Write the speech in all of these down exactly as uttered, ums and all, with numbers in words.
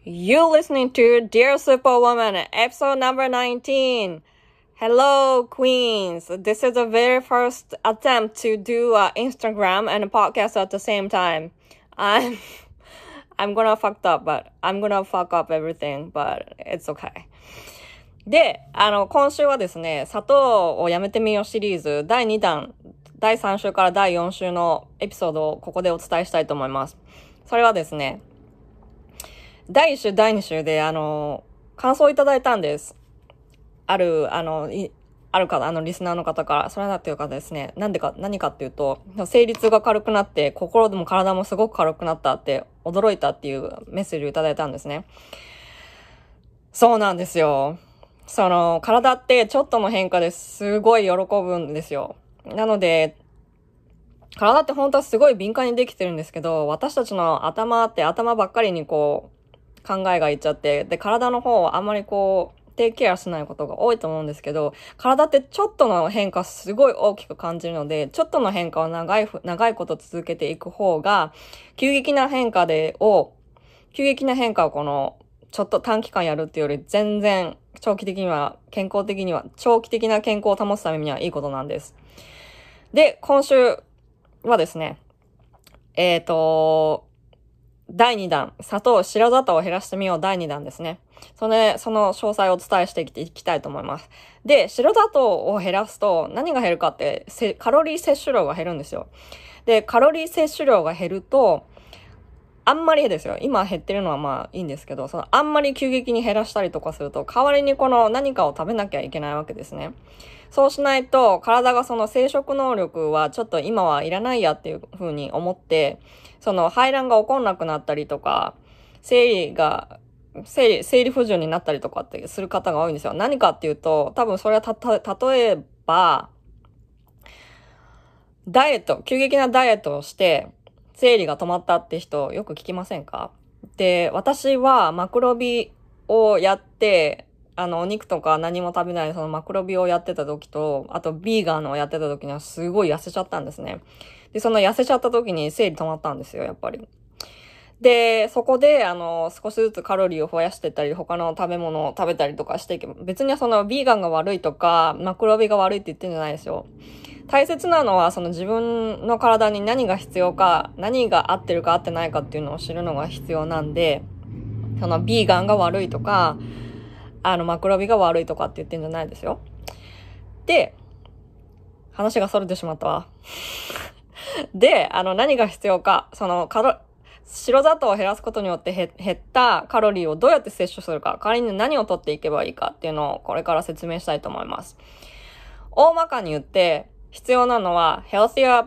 You're listening to Dear Superwoman, episode number nineteen. Hello, Queens. This is the very first attempt to do uh, Instagram and a podcast at the same time. I'm, I'm gonna fuck up, but I'm gonna fuck up everything, but it's okay. で、あの、今週はですね、砂糖をやめてみようシリーズだいにだん、だいさん週からだいよん週のエピソードをここでお伝えしたいと思います。それはですね、だいいっ週、だいに週で、あの、感想をいただいたんです。ある、あの、いある方、あの、リスナーの方から、それはっていうかですね、なんでか、何かっていうと、生理痛が軽くなって、心でも体もすごく軽くなったって、驚いたっていうメッセージをいただいたんですね。そうなんですよ。その、体ってちょっとの変化ですごい喜ぶんですよ。なので、体って本当はすごい敏感にできてるんですけど、私たちの頭って頭ばっかりにこう、考えがいっちゃって、で、体の方はあんまりこう、テイクケアしないことが多いと思うんですけど、体ってちょっとの変化すごい大きく感じるので、ちょっとの変化を長い、長いこと続けていく方が、急激な変化で、を、急激な変化をこの、ちょっと短期間やるっていうより、全然、長期的には、健康的には、長期的な健康を保つためにはいいことなんです。で、今週はですね、えっと、だいにだん、砂糖、白砂糖を減らしてみようだいにだんですね。それ、その詳細をお伝えしていきたいと思います。で、白砂糖を減らすと何が減るかって、カロリー摂取量が減るんですよ。で、カロリー摂取量が減ると、あんまりですよ。今減ってるのはまあいいんですけど、そのあんまり急激に減らしたりとかすると、代わりにこの何かを食べなきゃいけないわけですね。そうしないと、体がその生殖能力はちょっと今はいらないやっていうふうに思って、その排卵が起こんなくなったりとか、生理が、生理、生理不順になったりとかってする方が多いんですよ。何かっていうと、多分それはた、た、例えば、ダイエット、急激なダイエットをして、生理が止まったって人よく聞きませんか？で、私はマクロビをやって、あの、お肉とか何も食べないそのマクロビをやってた時と、あとビーガンをやってた時にはすごい痩せちゃったんですね。で、その痩せちゃった時に生理止まったんですよ、やっぱり。で、そこで、あの、少しずつカロリーを増やしてったり、他の食べ物を食べたりとかしていけば、別にそのビーガンが悪いとか、マクロビが悪いって言ってるんじゃないですよ。大切なのは、その自分の体に何が必要か、何が合ってるか合ってないかっていうのを知るのが必要なんで、そのビーガンが悪いとか、あの、マクロビが悪いとかって言ってるんじゃないですよ。で、話が逸れてしまったわ。で、あの、何が必要か、その、カロ、白砂糖を減らすことによって減ったカロリーをどうやって摂取するか、代わりに何を取っていけばいいかっていうのをこれから説明したいと思います。大まかに言って、必要なのは、healthier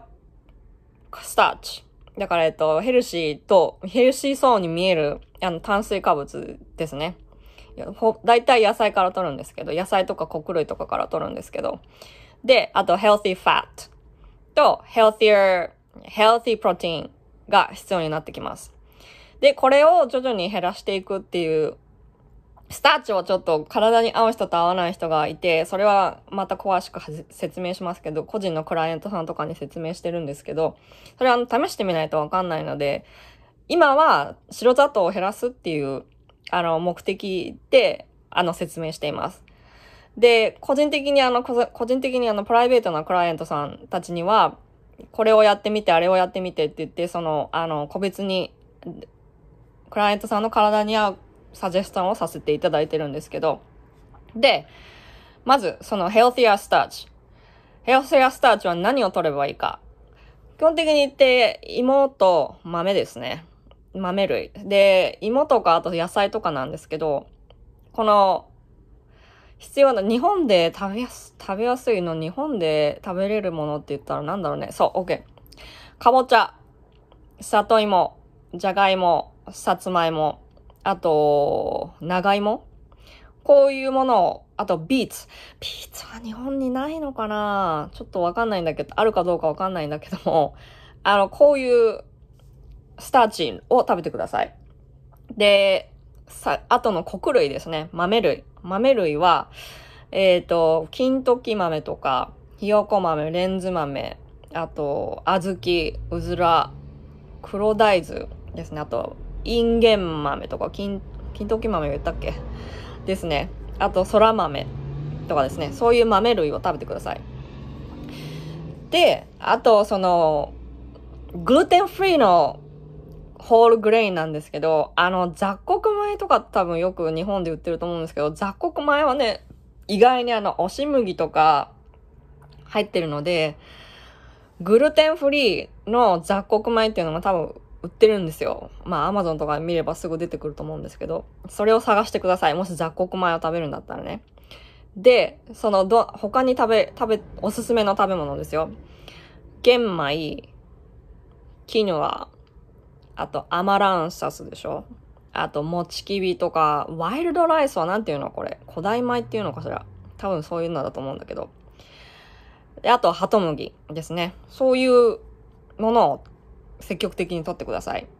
starch。だから、えっと、ヘルシーと、ヘルシーそうに見える、あの、炭水化物ですね。だいたい野菜から取るんですけど、野菜とか穀類とかから取るんですけど。で、あと、healthy fat と、healthier, healthy protein が必要になってきます。で、これを徐々に減らしていくっていう、スターチをちょっと体に合う人と合わない人がいて、それはまた詳しく説明しますけど、個人のクライアントさんとかに説明してるんですけど、それは試してみないとわかんないので、今は白砂糖を減らすっていう、あの、目的で、あの、説明しています。で、個人的にあの、個人的にあの、プライベートなクライアントさんたちには、これをやってみて、あれをやってみてって言って、その、あの、個別に、クライアントさんの体に合うサジェストをさせていただいてるんですけど。で、まず、その healthier starch。healthier starch は何を取ればいいか。基本的に言って、芋と豆ですね。豆類。で、芋とかあと野菜とかなんですけど、この、必要な、日本で食べやす、食べやすいの、日本で食べれるものって言ったらなんだろうね。そう、OK。かぼちゃ、里芋、じゃがいも、さつまいも、あと、長芋。こういうものを、あとビーツ。ビーツは日本にないのかな？ちょっとわかんないんだけど、あるかどうかわかんないんだけども、あの、こういうスターチを食べてください。で、さ、あとの穀類ですね。豆類。豆類は、えっと、金時豆とか、ひよこ豆、レンズ豆、あと、小豆、うずら、黒大豆ですね。あと、インゲン豆とか、金、 金時豆言ったっけですね。あと、そら豆とかですね。そういう豆類を食べてください。で、あと、その、グルテンフリーのホールグレインなんですけど、あの、雑穀米とか多分よく日本で売ってると思うんですけど、雑穀米はね、意外にあの、押し麦とか入ってるので、グルテンフリーの雑穀米っていうのが多分売ってるんですよ。まあ、アマゾンとか見ればすぐ出てくると思うんですけど、それを探してください。もし雑穀米を食べるんだったらね。で、そのど、他に食べ、食べ、おすすめの食べ物ですよ。玄米、キヌア、あとアマランサスでしょ。あと、もちきびとか、ワイルドライスはなんていうのこれ。古代米っていうのかしら。多分そういうのだと思うんだけど。で、あと、ハトムギですね。そういうものを積極的に取ってください。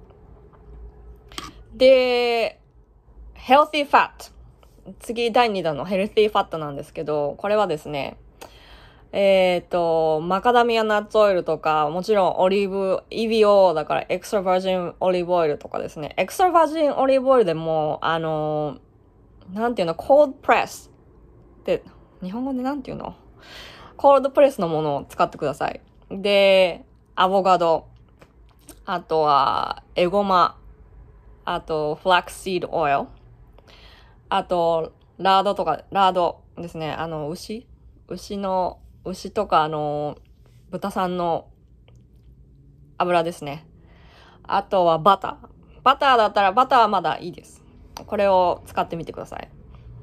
で、healthy fat。次、だいにだんの healthy fat なんですけど、これはですね、えっと、マカダミアナッツオイルとか、もちろんオリーブ、イービーオー だからエクストラバージンオリーブオイルとかですね。エクストラバージンオリーブオイルでも、あの、なんていうの、コールドプレスって、日本語でなんていうのコールドプレスのものを使ってください。で、アボカド、あとは、エゴマ、あと、フラックスシードオイル、あと、ラードとか、ラードですね。あの、牛牛の、牛とか、あの、豚さんの油ですね。あとはバター。バターだったら、バターはまだいいです。これを使ってみてください。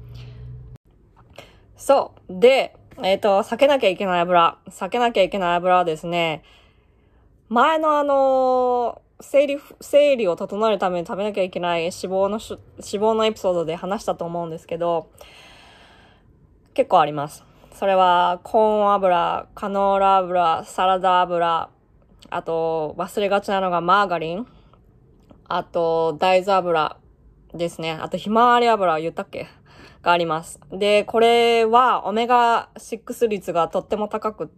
そう。で、えっと、避けなきゃいけない油。避けなきゃいけない油はですね、前のあの、整理、整理を整えるために食べなきゃいけない脂肪のし、脂肪のエピソードで話したと思うんですけど、結構あります。それは、コーン油、カノーラ油、サラダ油、あと、忘れがちなのがマーガリン、あと、大豆油ですね。あと、ひまわり油言ったっけがあります。で、これはオメガシックス率がとっても高くって、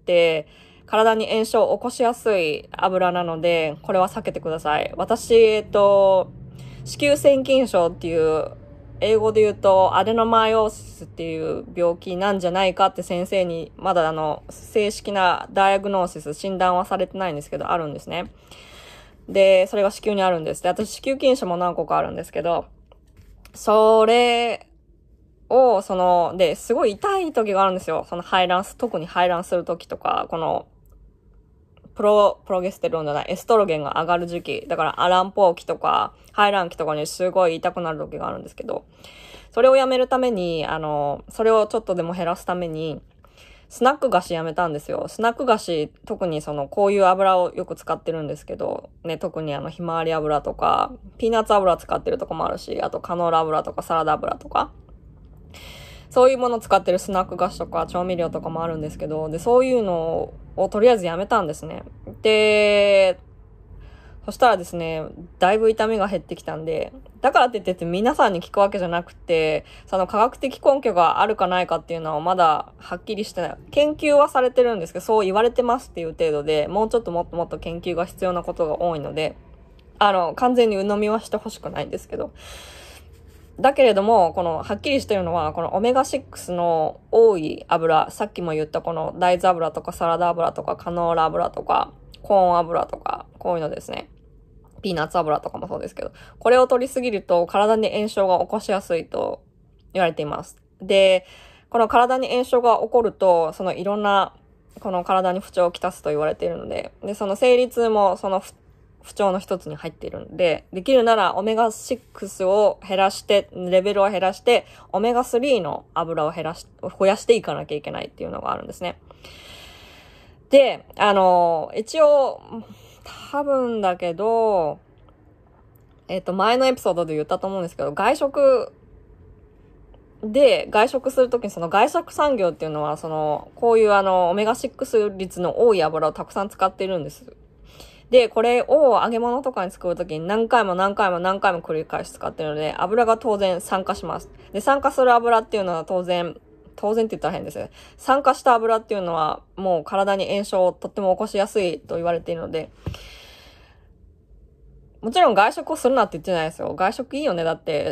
体に炎症を起こしやすい油なので、これは避けてください。私、えっと、子宮腺筋症っていう、英語で言うとアデノマイオーシスっていう病気なんじゃないかって先生に、まだあの、正式なダイアグノーシス、診断はされてないんですけど、あるんですね。で、それが子宮にあるんです。で、私子宮筋症も何個かあるんですけど、それを、その、で、すごい痛い時があるんですよ。その排卵す、特に排卵する時とか、この、プロ、プロゲステロンじゃない、エストロゲンが上がる時期。だから、アランポー期とか、排卵期とかにすごい痛くなる時があるんですけど、それをやめるために、あの、それをちょっとでも減らすために、スナック菓子やめたんですよ。スナック菓子、特にその、こういう油をよく使ってるんですけど、ね、特にあの、ひまわり油とか、ピーナッツ油使ってるとこもあるし、あとカノーラ油とかサラダ油とか、そういうものを使ってるスナック菓子とか調味料とかもあるんですけど、で、そういうのをとりあえずやめたんですね。で、そしたらですね、だいぶ痛みが減ってきたんで、だからって言って皆さんに聞くわけじゃなくて、その科学的根拠があるかないかっていうのはまだはっきりしてない。研究はされてるんですけど、そう言われてますっていう程度で、もうちょっともっともっと研究が必要なことが多いので、あの、完全に鵜呑みはしてほしくないんですけど、だけれども、この、はっきりしてるのは、このオメガシックスの多い油、さっきも言ったこの大豆油とかサラダ油とかカノーラ油とかコーン油とか、こういうのですね。ピーナッツ油とかもそうですけど、これを取りすぎると体に炎症が起こしやすいと言われています。で、この体に炎症が起こると、そのいろんな、この体に不調をきたすと言われているので、で、その生理痛もその不調の一つに入っているので、できるならオメガシックスを減らして、レベルを減らして、オメガスリーの油を減らし、増やしていかなきゃいけないっていうのがあるんですね。で、あの、一応、多分だけど、えっと、前のエピソードで言ったと思うんですけど、外食で、外食するときにその外食産業っていうのは、その、こういうあの、オメガシックス率の多い油をたくさん使っているんです。で、これを揚げ物とかに作るときに何回も何回も何回も繰り返し使ってるので、油が当然酸化します。で、酸化する油っていうのは当然、当然って言ったら変ですね。酸化した油っていうのはもう体に炎症をとっても起こしやすいと言われているので、もちろん外食をするなって言ってないですよ。外食いいよね。だって、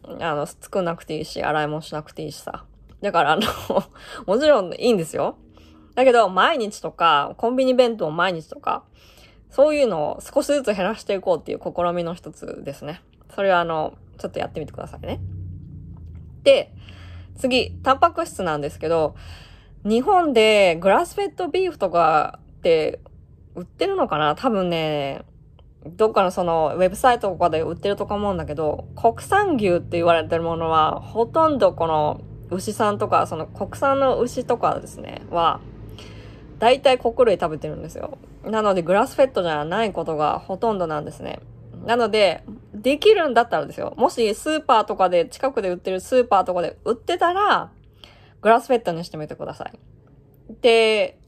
あの、作んなくていいし、洗い物しなくていいしさ。だから、あの、もちろんいいんですよ。だけど、毎日とか、コンビニ弁当毎日とか、そういうのを少しずつ減らしていこうっていう試みの一つですね。それはあの、ちょっとやってみてくださいね。で、次、タンパク質なんですけど、日本でグラスフェッドビーフとかって売ってるのかな？多分ね、どっかのそのウェブサイトとかで売ってるとか思うんだけど、国産牛って言われてるものは、ほとんどこの牛さんとか、その国産の牛とかですね、は、大体穀類食べてるんですよ。なので、グラスフェッドじゃないことがほとんどなんですね。なので、できるんだったらですよ。もしスーパーとかで、近くで売ってるスーパーとかで売ってたら、グラスフェッドにしてみてください。で、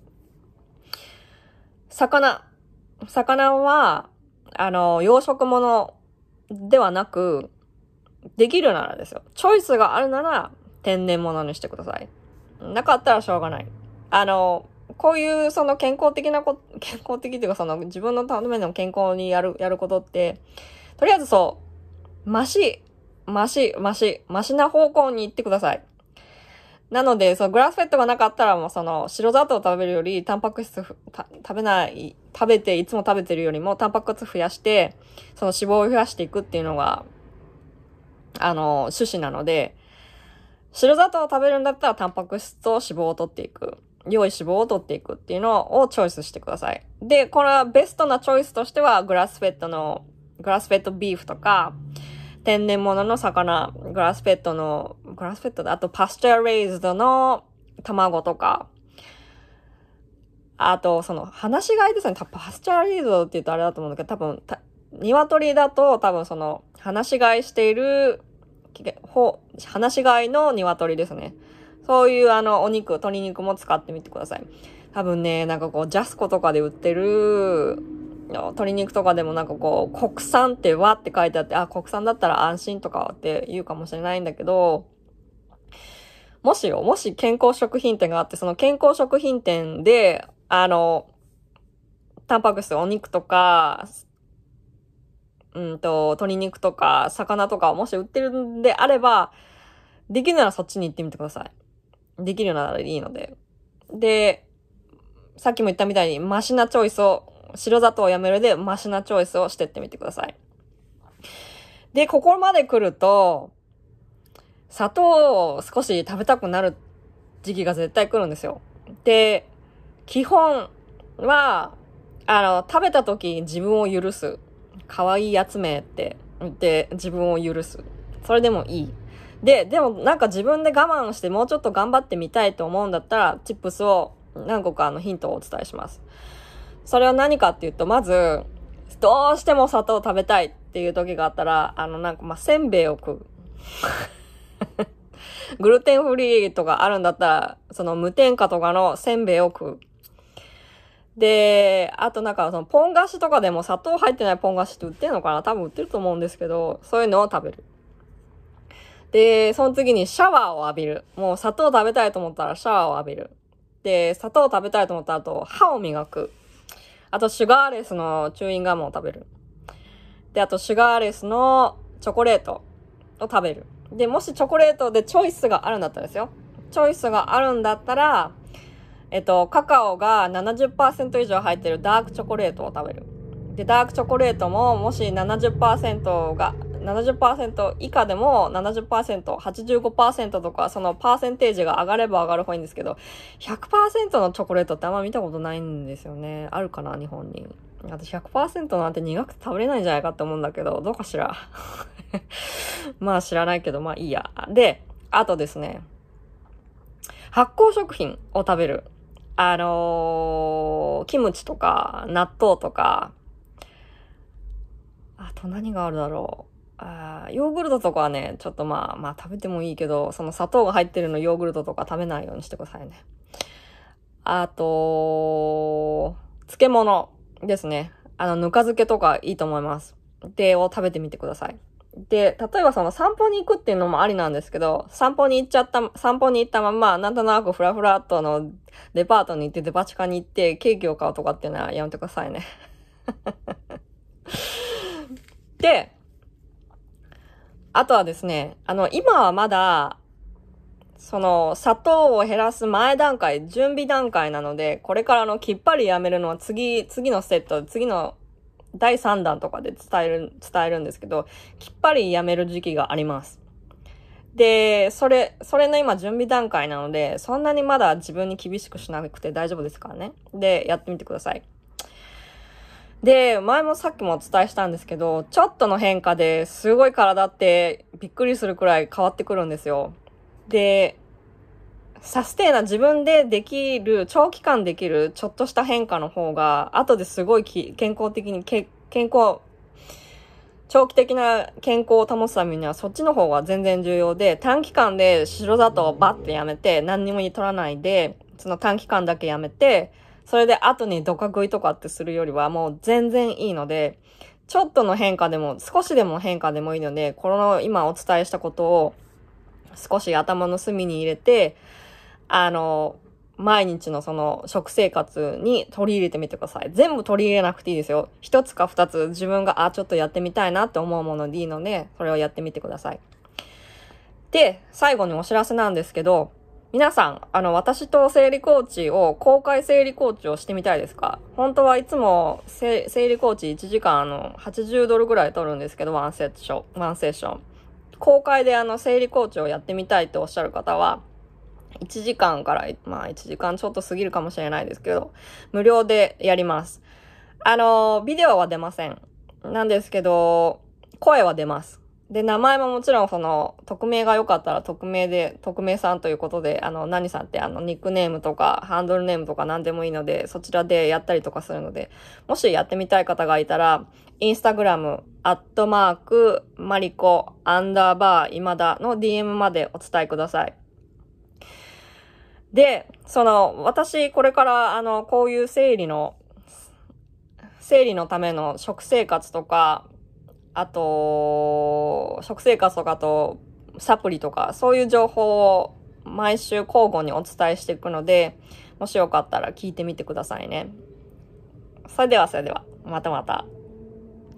魚。魚は、あの、養殖物ではなく、できるならですよ。チョイスがあるなら、天然物にしてください。なかったらしょうがない。あの、こういうその健康的なこ、健康的っていうかその自分のための健康にやる、やることって、とりあえずそう、マシ、マシ、マシ、マシな方向に行ってください。なので、そのグラスフェットがなかったらもうその白砂糖を食べるよりタンパク質食べない、食べていつも食べてるよりもタンパク質増やして、その脂肪を増やしていくっていうのが、あの、趣旨なので、白砂糖を食べるんだったらタンパク質と脂肪を取っていく。良い脂肪を取っていくっていうのをチョイスしてください。で、これはベストなチョイスとしては、グラスフェットの、グラスフェットビーフとか、天然物の魚、グラスフェットの、グラスフェットだ、あとパスチャーレイズドの卵とか、あと、その、放し飼いですね。パスチャーレイズドって言うとあれだと思うんだけど、多分、鶏だと多分その、放し飼いしている、ほ、放し飼いの鶏ですね。そういうあの、お肉、鶏肉も使ってみてください。多分ね、なんかこう、ジャスコとかで売ってる、鶏肉とかでもなんかこう、国産ってわって書いてあって、あ、国産だったら安心とかって言うかもしれないんだけど、もしよ、もし健康食品店があって、その健康食品店で、あの、タンパク質、お肉とか、うんと、鶏肉とか、魚とかをもし売ってるんであれば、できるならそっちに行ってみてください。できるならいいので。で、さっきも言ったみたいに、マシなチョイスを、白砂糖をやめるで、マシなチョイスをしてってみてください。で、ここまで来ると、砂糖を少し食べたくなる時期が絶対来るんですよ。で、基本は、あの、食べた時自分を許す。可愛いやつめって言って自分を許す。それでもいい。で、でもなんか自分で我慢してもうちょっと頑張ってみたいと思うんだったら、チップスを何個かあのヒントをお伝えします。それは何かっていうと、まず、どうしても砂糖を食べたいっていう時があったら、あのなんかまあ、せんべいを食う。グルテンフリーとかあるんだったら、その無添加とかのせんべいを食う。で、あとなんかそのポン菓子とかでも砂糖入ってないポン菓子って売ってるのかな？多分売ってると思うんですけど、そういうのを食べる。で、その次にシャワーを浴びる。もう砂糖食べたいと思ったらシャワーを浴びる。で、砂糖食べたいと思ったらあと歯を磨く。あとシュガーレスのチューインガムを食べる。で、あとシュガーレスのチョコレートを食べる。で、もしチョコレートでチョイスがあるんだったらですよ。チョイスがあるんだったら、えっと、カカオが ななじゅっパーセント 以上入ってるダークチョコレートを食べる。で、ダークチョコレートも、もし ななじゅっパーセント が、ななじゅっパーセント 以下でも ななじゅっパーセント、はちじゅうごパーセント とか、そのパーセンテージが上がれば上がる方がいいんですけど、ひゃくパーセント のチョコレートってあんま見たことないんですよね。あるかな、日本に。あと ひゃくパーセント なんて苦くて食べれないんじゃないかって思うんだけど、どうかしら。まあ知らないけど、まあいいや。で、あとですね、発酵食品を食べる。あのー、キムチとか、納豆とか、あと何があるだろう。あヨーグルトとかはね、ちょっとまあ、まあ食べてもいいけど、その砂糖が入ってるのヨーグルトとか食べないようにしてくださいね。あと、漬物ですね。あの、ぬか漬けとかいいと思います。で、を食べてみてください。で、例えばその散歩に行くっていうのもありなんですけど、散歩に行っちゃった、散歩に行ったまま、なんとなくフラフラっとのデパートに行ってデパ地下に行ってケーキを買うとかっていうのはやめてくださいね。で、 あとはですね、あの、今はまだ、その、砂糖を減らす前段階、準備段階なので、これからのきっぱりやめるのは次、次のステップ、次のだいさん弾とかで伝える、伝えるんですけど、きっぱりやめる時期があります。で、それ、それの今準備段階なので、そんなにまだ自分に厳しくしなくて大丈夫ですからね。で、やってみてください。で、前もさっきもお伝えしたんですけど、ちょっとの変化ですごい体ってびっくりするくらい変わってくるんですよ。で、サステイな自分でできる、長期間できるちょっとした変化の方が、後ですごい健康的に、健康、長期的な健康を保つためにはそっちの方が全然重要で、短期間で白砂糖をバッてやめて、何にも取らないで、その短期間だけやめて、それで後にドカ食いとかってするよりはもう全然いいので、ちょっとの変化でも、少しでも変化でもいいので、この今お伝えしたことを少し頭の隅に入れて、あの、毎日のその食生活に取り入れてみてください。全部取り入れなくていいですよ。一つか二つ自分が、あ、ちょっとやってみたいなって思うものでいいので、それをやってみてください。で、最後にお知らせなんですけど、皆さん、あの、私と生理コーチを、公開生理コーチをしてみたいですか？本当はいつも生理コーチいちじかんあの、はちじゅうドルぐらい取るんですけど、ワンセッション、ワンセッション。公開であの、生理コーチをやってみたいとおっしゃる方は、いちじかんから、まあいちじかんちょっと過ぎるかもしれないですけど、無料でやります。あの、ビデオは出ません。なんですけど、声は出ます。で、名前ももちろんその、匿名が良かったら匿名で、匿名さんということで、あの、何さんってあの、ニックネームとか、ハンドルネームとか何でもいいので、そちらでやったりとかするので、もしやってみたい方がいたら、インスタグラム、アットマーク、マリコ、アンダーバー、今だの ディーエム までお伝えください。で、その、私、これから、あの、こういう生理の、生理のための食生活とか、あと、食生活とかと、サプリとか、そういう情報を毎週交互にお伝えしていくので、もしよかったら聞いてみてくださいね。それでは、それでは、またまた。